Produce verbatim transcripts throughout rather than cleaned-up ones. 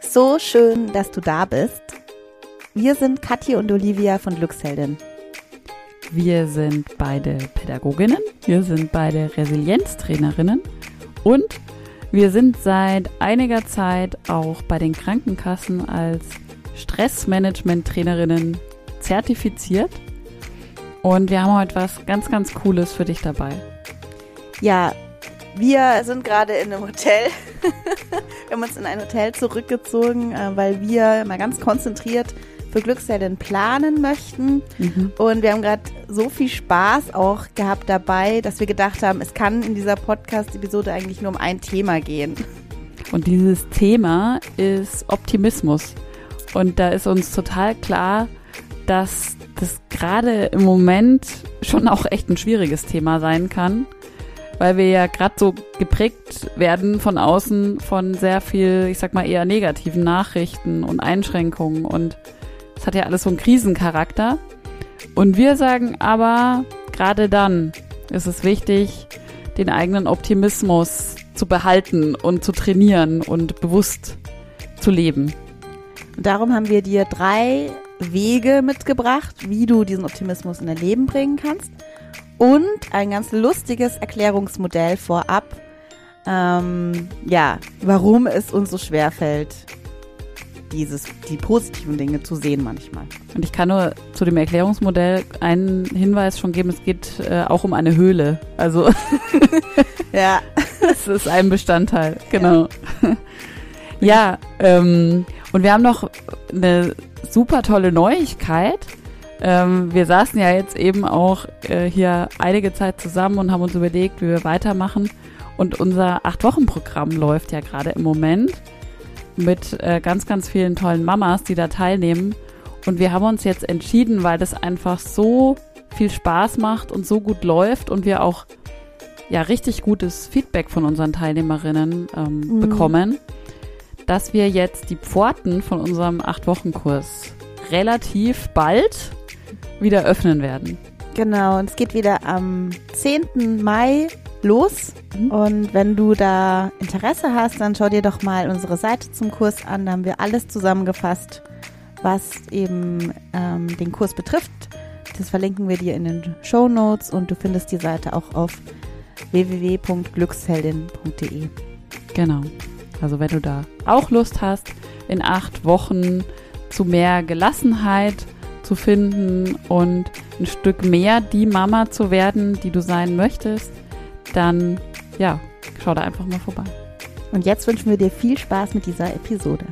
So schön, dass du da bist. Wir sind Kathi und Olivia von Glücksheldin. Wir sind beide Pädagoginnen, wir sind beide Resilienztrainerinnen und wir sind seit einiger Zeit auch bei den Krankenkassen als Stressmanagement-Trainerinnen zertifiziert. Und wir haben heute was ganz, ganz Cooles für dich dabei. Ja, wir sind gerade in einem Hotel. Wir haben uns in ein Hotel zurückgezogen, weil wir mal ganz konzentriert für Glücksheldin planen möchten. Mhm. Und wir haben gerade so viel Spaß auch gehabt dabei, dass wir gedacht haben, es kann in dieser Podcast-Episode eigentlich nur um ein Thema gehen. Und dieses Thema ist Optimismus. Und da ist uns total klar, dass das gerade im Moment schon auch echt ein schwieriges Thema sein kann, weil wir ja gerade so geprägt werden von außen von sehr viel, ich sag mal eher negativen Nachrichten und Einschränkungen, und es hat ja alles so einen Krisencharakter. Und wir sagen aber, gerade dann ist es wichtig, den eigenen Optimismus zu behalten und zu trainieren und bewusst zu leben. Und darum haben wir dir drei Wege mitgebracht, wie du diesen Optimismus in dein Leben bringen kannst. Und ein ganz lustiges Erklärungsmodell vorab, ähm, ja, warum es uns so schwerfällt, dieses, die positiven Dinge zu sehen manchmal. Und ich kann nur zu dem Erklärungsmodell einen Hinweis schon geben, es geht äh, auch um eine Höhle. Also ja, das ist ein Bestandteil, genau. Ja, ja ähm, und wir haben noch eine super tolle Neuigkeit. Ähm, wir saßen ja jetzt eben auch äh, hier einige Zeit zusammen und haben uns überlegt, wie wir weitermachen. Und unser Acht-Wochen-Programm läuft ja gerade im Moment mit äh, ganz, ganz vielen tollen Mamas, die da teilnehmen. Und wir haben uns jetzt entschieden, weil das einfach so viel Spaß macht und so gut läuft und wir auch ja richtig gutes Feedback von unseren Teilnehmerinnen ähm, mhm. bekommen, dass wir jetzt die Pforten von unserem Acht-Wochen-Kurs relativ bald wieder öffnen werden. Genau, und es geht wieder am zehnten Mai los. Mhm. Und wenn du da Interesse hast, dann schau dir doch mal unsere Seite zum Kurs an. Da haben wir alles zusammengefasst, was eben ähm, den Kurs betrifft. Das verlinken wir dir in den Shownotes und du findest die Seite auch auf w w w punkt glücksheldin punkt d e. Genau. Also wenn du da auch Lust hast, in acht Wochen zu mehr Gelassenheit zu finden und ein Stück mehr die Mama zu werden, die du sein möchtest, dann ja, schau da einfach mal vorbei. Und jetzt wünschen wir dir viel Spaß mit dieser Episode.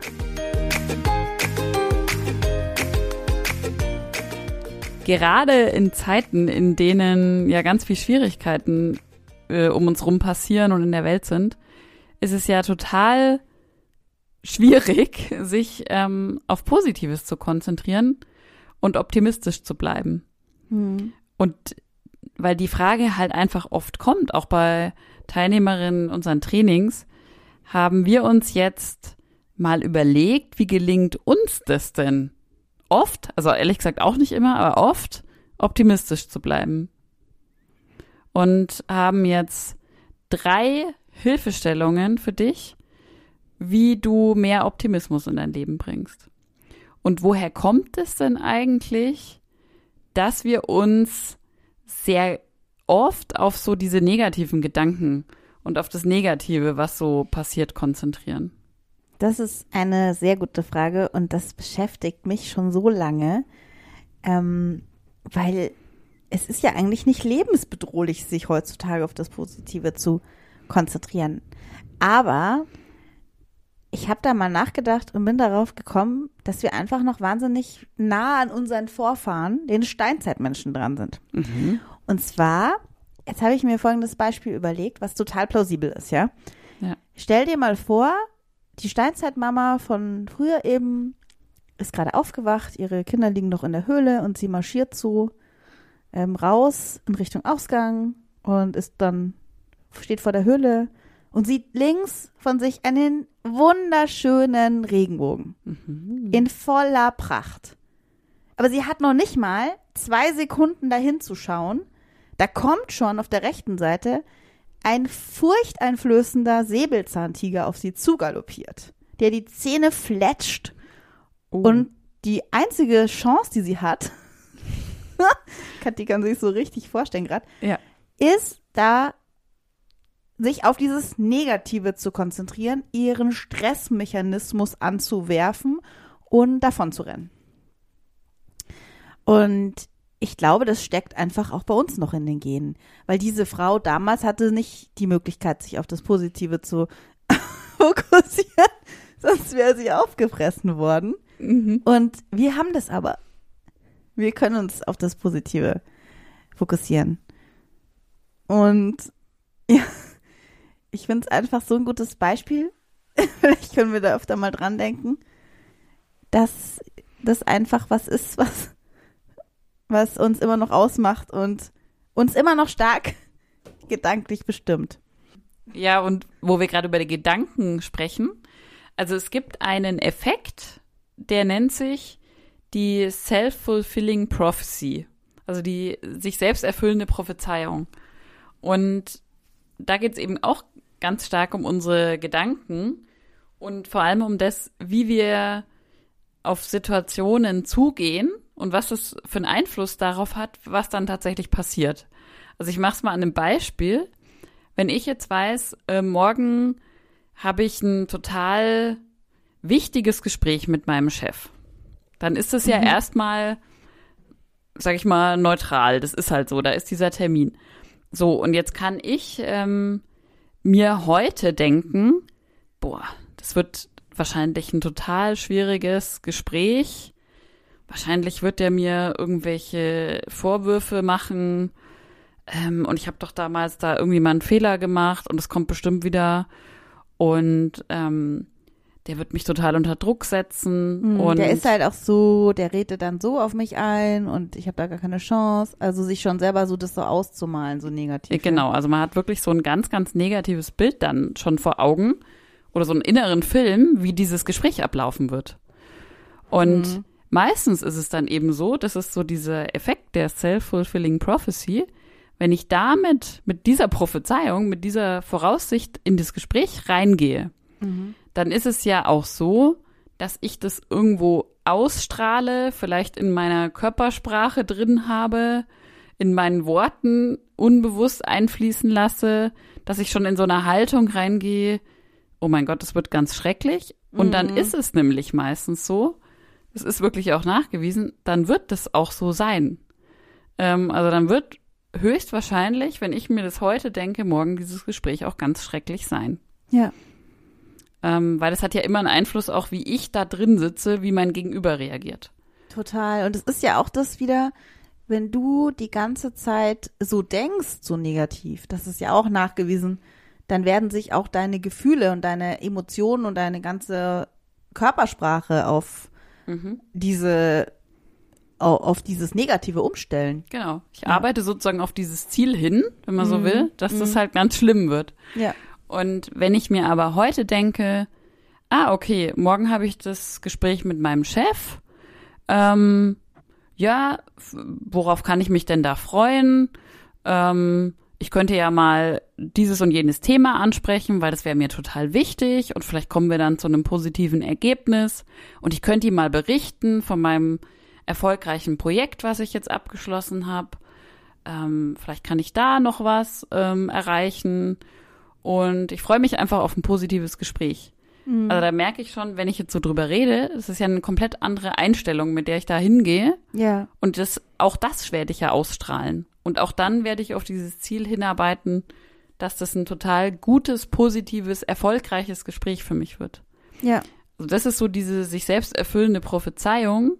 Gerade in Zeiten, in denen ja ganz viel Schwierigkeiten äh, um uns rum passieren und in der Welt sind, ist es ja total schwierig, sich ähm, auf Positives zu konzentrieren und optimistisch zu bleiben. Hm. Und weil die Frage halt einfach oft kommt, auch bei Teilnehmerinnen unseren Trainings, haben wir uns jetzt mal überlegt, wie gelingt uns das denn oft, also ehrlich gesagt auch nicht immer, aber oft optimistisch zu bleiben. Und haben jetzt drei Hilfestellungen für dich, wie du mehr Optimismus in dein Leben bringst. Und woher kommt es denn eigentlich, dass wir uns sehr oft auf so diese negativen Gedanken und auf das Negative, was so passiert, konzentrieren? Das ist eine sehr gute Frage und das beschäftigt mich schon so lange, ähm, weil es ist ja eigentlich nicht lebensbedrohlich, sich heutzutage auf das Positive zu konzentrieren. Aber ich habe da mal nachgedacht und bin darauf gekommen, dass wir einfach noch wahnsinnig nah an unseren Vorfahren, den Steinzeitmenschen, dran sind. Mhm. Und zwar, jetzt habe ich mir folgendes Beispiel überlegt, was total plausibel ist, ja? Ja. Stell dir mal vor, die Steinzeitmama von früher eben ist gerade aufgewacht, ihre Kinder liegen noch in der Höhle und sie marschiert so ähm, raus in Richtung Ausgang und ist dann, steht vor der Höhle und sieht links von sich einen wunderschönen Regenbogen mhm. in voller Pracht. Aber sie hat noch nicht mal zwei Sekunden dahin zu schauen. Da kommt schon auf der rechten Seite ein furchteinflößender Säbelzahntiger auf sie zugaloppiert. der die Zähne fletscht Oh. und die einzige Chance, die sie hat, Kathi kann sich so richtig vorstellen gerade, Ja. ist da, sich auf dieses Negative zu konzentrieren, ihren Stressmechanismus anzuwerfen und davon zu rennen. Und ich glaube, das steckt einfach auch bei uns noch in den Genen, weil diese Frau damals hatte nicht die Möglichkeit, sich auf das Positive zu fokussieren, sonst wäre sie aufgefressen worden. Mhm. Und wir haben das aber. Wir können uns auf das Positive fokussieren. Und ja, ich finde es einfach so ein gutes Beispiel. Vielleicht können wir da öfter mal dran denken, dass das einfach was ist, was, was uns immer noch ausmacht und uns immer noch stark gedanklich bestimmt. Ja, und wo wir gerade über die Gedanken sprechen, also es gibt einen Effekt, der nennt sich die Self-Fulfilling Prophecy, also die sich selbst erfüllende Prophezeiung. Und da geht es eben auch ganz stark um unsere Gedanken und vor allem um das, wie wir auf Situationen zugehen und was das für einen Einfluss darauf hat, was dann tatsächlich passiert. Also ich mache es mal an einem Beispiel. Wenn ich jetzt weiß, äh, morgen habe ich ein total wichtiges Gespräch mit meinem Chef, dann ist es ja Mhm. erstmal, sag ich mal, neutral. Das ist halt so, da ist dieser Termin. So, und jetzt kann ich ähm, mir heute denken, boah, das wird wahrscheinlich ein total schwieriges Gespräch. Wahrscheinlich wird der mir irgendwelche Vorwürfe machen. Ähm, und ich habe doch damals da irgendwie mal einen Fehler gemacht und es kommt bestimmt wieder. Und ähm, der wird mich total unter Druck setzen. Mhm, und der ist halt auch so, der redet dann so auf mich ein und ich habe da gar keine Chance. Also sich schon selber so das so auszumalen, so negativ. Genau, also man hat wirklich so ein ganz, ganz negatives Bild dann schon vor Augen oder so einen inneren Film, wie dieses Gespräch ablaufen wird. Und Mhm. meistens ist es dann eben so, das ist so dieser Effekt der Self-Fulfilling Prophecy, wenn ich damit, mit dieser Prophezeiung, mit dieser Voraussicht in das Gespräch reingehe, Mhm. dann ist es ja auch so, dass ich das irgendwo ausstrahle, vielleicht in meiner Körpersprache drin habe, in meinen Worten unbewusst einfließen lasse, dass ich schon in so eine Haltung reingehe, oh mein Gott, das wird ganz schrecklich. Und dann Mhm. ist es nämlich meistens so, es ist wirklich auch nachgewiesen, dann wird das auch so sein. Ähm, also dann wird höchstwahrscheinlich, wenn ich mir das heute denke, morgen dieses Gespräch auch ganz schrecklich sein. Ja. Ähm, weil das hat ja immer einen Einfluss auch, wie ich da drin sitze, wie mein Gegenüber reagiert. Total. Und es ist ja auch das wieder, wenn du die ganze Zeit so denkst, so negativ, das ist ja auch nachgewiesen, dann werden sich auch deine Gefühle und deine Emotionen und deine ganze Körpersprache auf Mhm. diese, au- auf dieses Negative umstellen. Genau. Ich Ja. arbeite sozusagen auf dieses Ziel hin, wenn man so Mhm. will, dass Mhm. das halt ganz schlimm wird. Ja. Und wenn ich mir aber heute denke, ah, okay, morgen habe ich das Gespräch mit meinem Chef, ähm, ja, f- worauf kann ich mich denn da freuen? Ähm, ich könnte ja mal dieses und jenes Thema ansprechen, weil das wäre mir total wichtig und vielleicht kommen wir dann zu einem positiven Ergebnis und ich könnte ihm mal berichten von meinem erfolgreichen Projekt, was ich jetzt abgeschlossen habe. Ähm, vielleicht kann ich da noch was ähm, erreichen. Und ich freue mich einfach auf ein positives Gespräch. Mhm. Also da merke ich schon, wenn ich jetzt so drüber rede, es ist ja eine komplett andere Einstellung, mit der ich da hingehe. Ja. Und das, auch das werde ich ja ausstrahlen. Und auch dann werde ich auf dieses Ziel hinarbeiten, dass das ein total gutes, positives, erfolgreiches Gespräch für mich wird. Ja. Also das ist so diese sich selbst erfüllende Prophezeiung.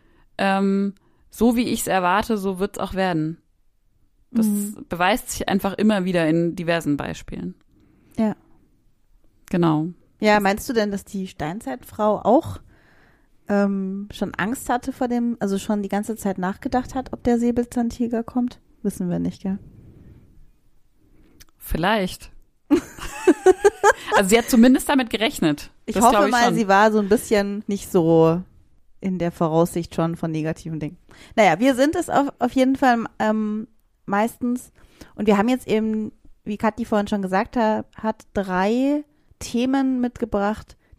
Ähm, so wie ich es erwarte, so wird es auch werden. Das Mhm. beweist sich einfach immer wieder in diversen Beispielen. Ja. Genau. Ja, meinst du denn, dass die Steinzeitfrau auch ähm, schon Angst hatte vor dem, also schon die ganze Zeit nachgedacht hat, ob der Säbelzahntiger kommt? Wissen wir nicht, gell? Vielleicht. Also sie hat zumindest damit gerechnet. Ich Das hoffe glaub ich mal, schon. sie war so ein bisschen nicht so in der Voraussicht schon von negativen Dingen. Naja, wir sind es auf, auf jeden Fall ähm, meistens. Und wir haben jetzt eben, wie Kathi vorhin schon gesagt ha, hat, drei Themen mitgebracht,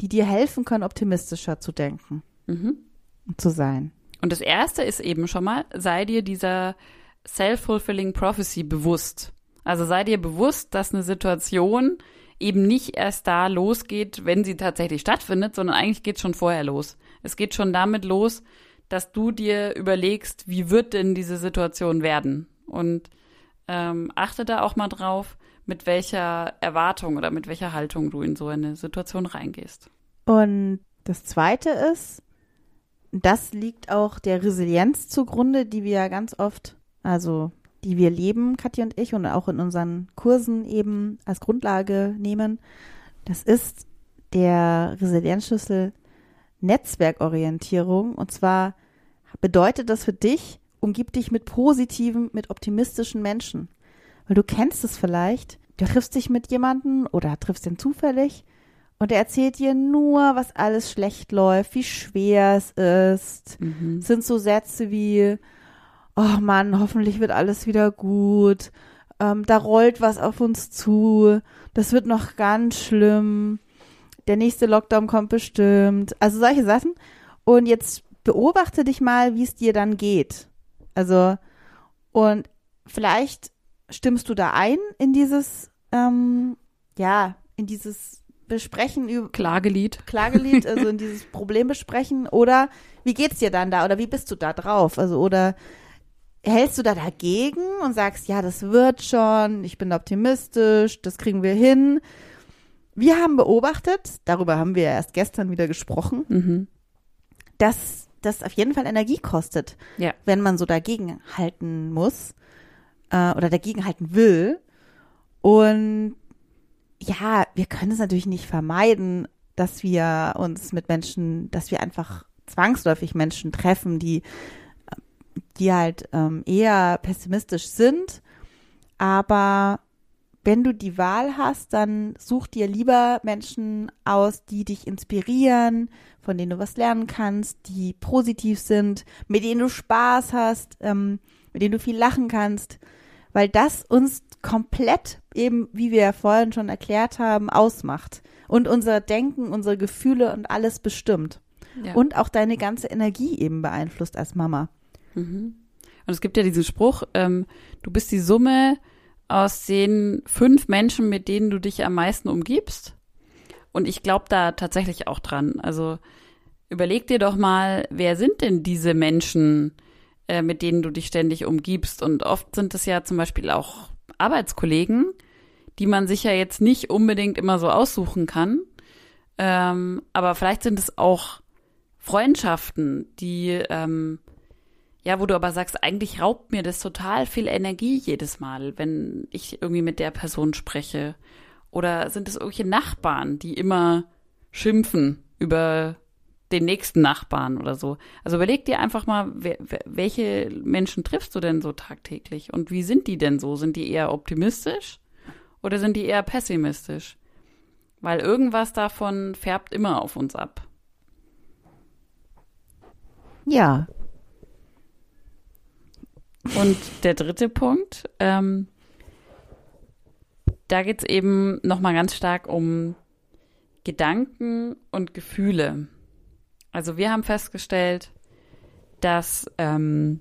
die dir helfen können, optimistischer zu denken Mhm. und zu sein. Und das Erste ist eben schon mal, sei dir dieser self-fulfilling prophecy bewusst. Also sei dir bewusst, dass eine Situation eben nicht erst da losgeht, wenn sie tatsächlich stattfindet, sondern eigentlich geht es schon vorher los. Es geht schon damit los, dass du dir überlegst, wie wird denn diese Situation werden? Und ähm, achte da auch mal drauf, mit welcher Erwartung oder mit welcher Haltung du in so eine Situation reingehst. Und das Zweite ist, das liegt auch der Resilienz zugrunde, die wir ja ganz oft, also die wir leben, Katja und ich, und auch in unseren Kursen eben als Grundlage nehmen. Das ist der Resilienzschlüssel Netzwerkorientierung. Und zwar bedeutet das für dich, umgib dich mit positiven, mit optimistischen Menschen. Weil du kennst es vielleicht, du triffst dich mit jemandem oder triffst ihn zufällig und er erzählt dir nur, was alles schlecht läuft, wie schwer es ist. Mhm. Es sind so Sätze wie, oh Mann, hoffentlich wird alles wieder gut. Ähm, da rollt was auf uns zu. Das wird noch ganz schlimm. Der nächste Lockdown kommt bestimmt. Also solche Sachen. Und jetzt beobachte dich mal, wie es dir dann geht. Also, und vielleicht stimmst du da ein in dieses, ähm, ja, in dieses Besprechen über Klagelied. Klagelied, also in dieses Problem besprechen. Oder wie geht's dir dann da? Oder wie bist du da drauf? Also, oder hältst du da dagegen und sagst, ja, das wird schon, ich bin optimistisch, das kriegen wir hin. Wir haben beobachtet, darüber haben wir ja erst gestern wieder gesprochen, Mhm. dass das auf jeden Fall Energie kostet, Ja. wenn man so dagegen halten muss äh, oder dagegen halten will. Und ja, wir können es natürlich nicht vermeiden, dass wir uns mit Menschen, dass wir einfach zwangsläufig Menschen treffen, die die halt ähm, eher pessimistisch sind. Aber wenn du die Wahl hast, dann such dir lieber Menschen aus, die dich inspirieren, von denen du was lernen kannst, die positiv sind, mit denen du Spaß hast, ähm, mit denen du viel lachen kannst, weil das uns komplett eben, wie wir ja vorhin schon erklärt haben, ausmacht und unser Denken, unsere Gefühle und alles bestimmt. Ja. Und auch deine ganze Energie eben beeinflusst als Mama. Mhm. Und es gibt ja diesen Spruch, ähm, du bist die Summe aus den fünf Menschen, mit denen du dich am meisten umgibst. Und ich glaube da tatsächlich auch dran. Also überleg dir doch mal, wer sind denn diese Menschen, äh, mit denen du dich ständig umgibst? Und oft sind es ja zum Beispiel auch Arbeitskollegen, die man sich ja jetzt nicht unbedingt immer so aussuchen kann. Ähm, aber vielleicht sind es auch Freundschaften, die ähm, ja, wo du aber sagst, eigentlich raubt mir das total viel Energie jedes Mal, wenn ich irgendwie mit der Person spreche. Oder sind es irgendwelche Nachbarn, die immer schimpfen über den nächsten Nachbarn oder so? Also überleg dir einfach mal, wer, welche Menschen triffst du denn so tagtäglich? Und wie sind die denn so? Sind die eher optimistisch oder sind die eher pessimistisch? Weil irgendwas davon färbt immer auf uns ab. Ja. Und der dritte Punkt, ähm, da geht es eben nochmal ganz stark um Gedanken und Gefühle. Also wir haben festgestellt, dass ähm,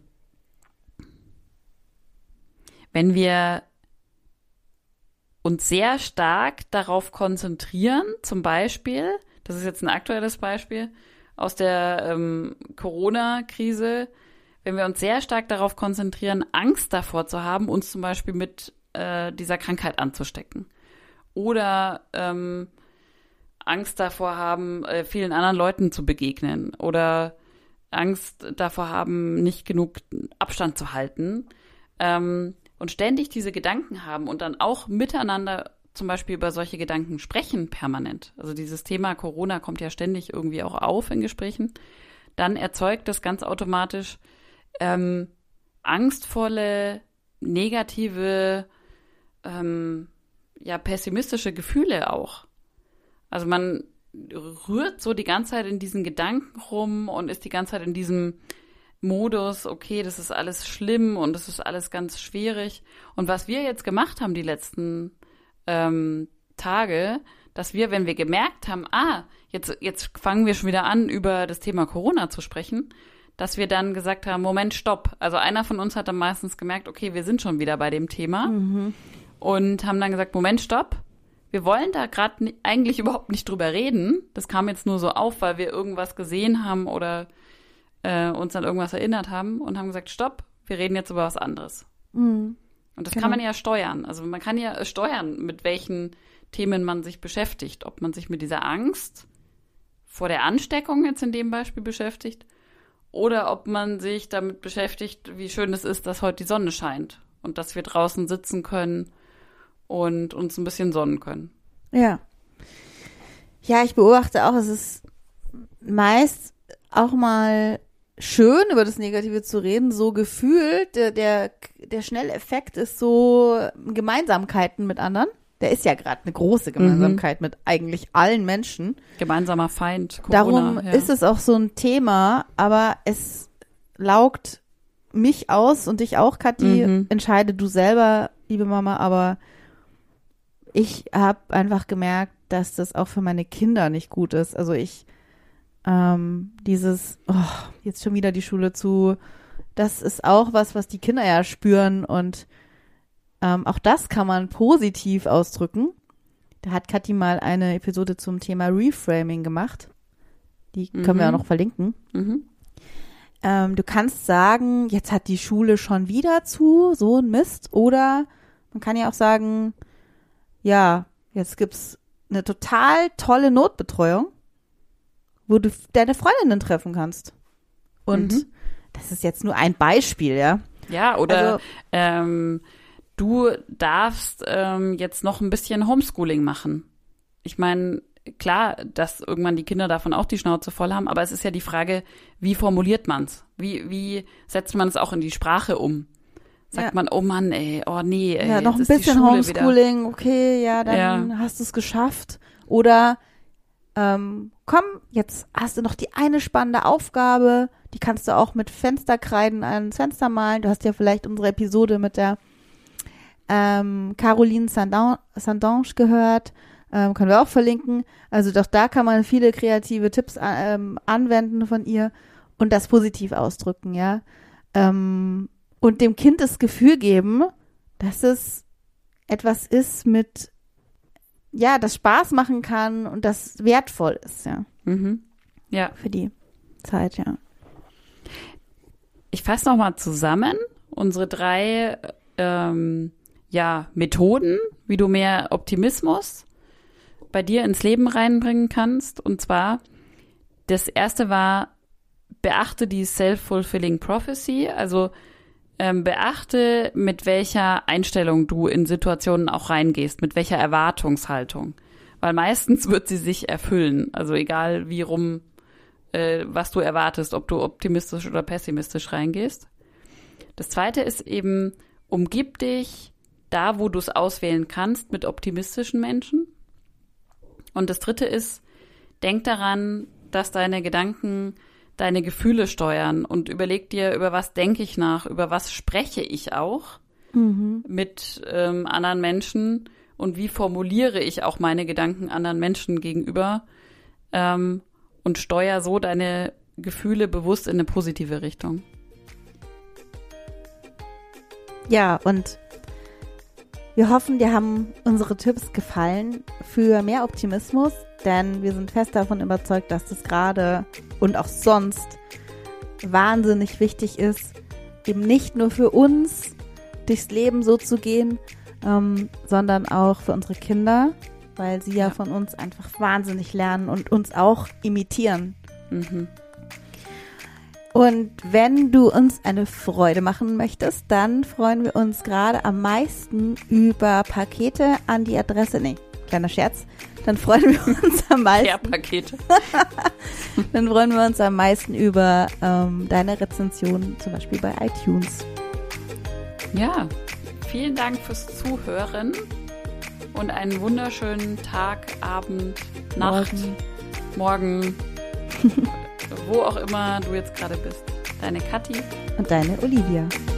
wenn wir uns sehr stark darauf konzentrieren, zum Beispiel, das ist jetzt ein aktuelles Beispiel aus der ähm, Corona-Krise, wenn wir uns sehr stark darauf konzentrieren, Angst davor zu haben, uns zum Beispiel mit äh, dieser Krankheit anzustecken. Oder ähm, Angst davor haben, äh, vielen anderen Leuten zu begegnen. Oder Angst davor haben, nicht genug Abstand zu halten. Ähm, und ständig diese Gedanken haben und dann auch miteinander zum Beispiel über solche Gedanken sprechen permanent. Also dieses Thema Corona kommt ja ständig irgendwie auch auf in Gesprächen. Dann erzeugt das ganz automatisch Ähm, angstvolle, negative, ähm, ja, pessimistische Gefühle auch. Also man rührt so die ganze Zeit in diesen Gedanken rum und ist die ganze Zeit in diesem Modus, okay, das ist alles schlimm und das ist alles ganz schwierig. Und was wir jetzt gemacht haben die letzten ähm, Tage, dass wir, wenn wir gemerkt haben, ah, jetzt, jetzt fangen wir schon wieder an, über das Thema Corona zu sprechen, dass wir dann gesagt haben, Moment, stopp. Also einer von uns hat dann meistens gemerkt, okay, wir sind schon wieder bei dem Thema Mhm. und haben dann gesagt, Moment, stopp. Wir wollen da gerade eigentlich überhaupt nicht drüber reden. Das kam jetzt nur so auf, weil wir irgendwas gesehen haben oder äh, uns an irgendwas erinnert haben und haben gesagt, stopp, wir reden jetzt über was anderes. Mhm. Und das Genau. kann man ja steuern. Also man kann ja steuern, mit welchen Themen man sich beschäftigt. Ob man sich mit dieser Angst vor der Ansteckung jetzt in dem Beispiel beschäftigt oder ob man sich damit beschäftigt, wie schön es ist, dass heute die Sonne scheint und dass wir draußen sitzen können und uns ein bisschen sonnen können. Ja. Ja, ich beobachte auch, es ist meist auch mal schön, über das Negative zu reden, so gefühlt, der, der, der schnelle Effekt ist so Gemeinsamkeiten mit anderen. Der ist ja gerade eine große Gemeinsamkeit mhm. mit eigentlich allen Menschen. Gemeinsamer Feind, Corona. Darum ja. ist es auch so ein Thema, aber es laugt mich aus und dich auch, Kathi. Mhm. Entscheide du selber, liebe Mama, aber ich habe einfach gemerkt, dass das auch für meine Kinder nicht gut ist. Also ich ähm, dieses, oh, jetzt schon wieder die Schule zu, das ist auch was, was die Kinder ja spüren und ähm, auch das kann man positiv ausdrücken. Da hat Kathi mal eine Episode zum Thema Reframing gemacht. Die können Mhm. wir auch noch verlinken. Mhm. Ähm, du kannst sagen, jetzt hat die Schule schon wieder zu, so ein Mist. Oder man kann ja auch sagen, ja, jetzt gibt's eine total tolle Notbetreuung, wo du deine Freundinnen treffen kannst. Und Mhm. das ist jetzt nur ein Beispiel, ja. Ja, oder Also- ähm, du darfst ähm, jetzt noch ein bisschen Homeschooling machen. Ich meine, klar, dass irgendwann die Kinder davon auch die Schnauze voll haben, aber es ist ja die Frage, wie formuliert man's? Wie, wie setzt man es auch in die Sprache um? Sagt Ja. man, oh Mann, ey, oh nee, ey, Ja, noch ein jetzt ist die bisschen Schule wieder. Homeschooling, okay, ja, dann Ja. hast du es geschafft. Oder ähm, komm, jetzt hast du noch die eine spannende Aufgabe, die kannst du auch mit Fensterkreiden ans Fenster malen. Du hast ja vielleicht unsere Episode mit der ähm, Caroline Sandan- Sandange gehört, ähm, können wir auch verlinken. Also doch da kann man viele kreative Tipps ähm, anwenden von ihr und das positiv ausdrücken, ja. Ähm, und dem Kind das Gefühl geben, dass es etwas ist mit, ja, das Spaß machen kann und das wertvoll ist, ja, Mhm. Ja. für die Zeit, ja. Ich fasse nochmal zusammen unsere drei ähm, ja, Methoden, wie du mehr Optimismus bei dir ins Leben reinbringen kannst. Und zwar, das erste war, beachte die Self-Fulfilling Prophecy, also ähm, beachte, mit welcher Einstellung du in Situationen auch reingehst, mit welcher Erwartungshaltung. Weil meistens wird sie sich erfüllen, also egal wie rum, äh, was du erwartest, ob du optimistisch oder pessimistisch reingehst. Das zweite ist eben, umgib dich da, wo du es auswählen kannst, mit optimistischen Menschen. Und das dritte ist, denk daran, dass deine Gedanken deine Gefühle steuern und überleg dir, über was denke ich nach, über was spreche ich auch Mhm. mit ähm, anderen Menschen und wie formuliere ich auch meine Gedanken anderen Menschen gegenüber ähm, und steuer so deine Gefühle bewusst in eine positive Richtung. Ja, und wir hoffen, dir haben unsere Tipps gefallen für mehr Optimismus, denn wir sind fest davon überzeugt, dass das gerade und auch sonst wahnsinnig wichtig ist, eben nicht nur für uns durchs Leben so zu gehen, ähm, sondern auch für unsere Kinder, weil sie ja, Ja. von uns einfach wahnsinnig lernen und uns auch imitieren. Mhm. Und wenn du uns eine Freude machen möchtest, dann freuen wir uns gerade am meisten über Pakete an die Adresse, nee, kleiner Scherz, dann freuen wir uns am meisten, Care-Pakete. dann freuen wir uns am meisten über ähm, deine Rezension, zum Beispiel bei iTunes. Ja, vielen Dank fürs Zuhören und einen wunderschönen Tag, Abend, Nacht, Morgen. Morgen, wo auch immer du jetzt gerade bist. Deine Kathi. Und deine Olivia.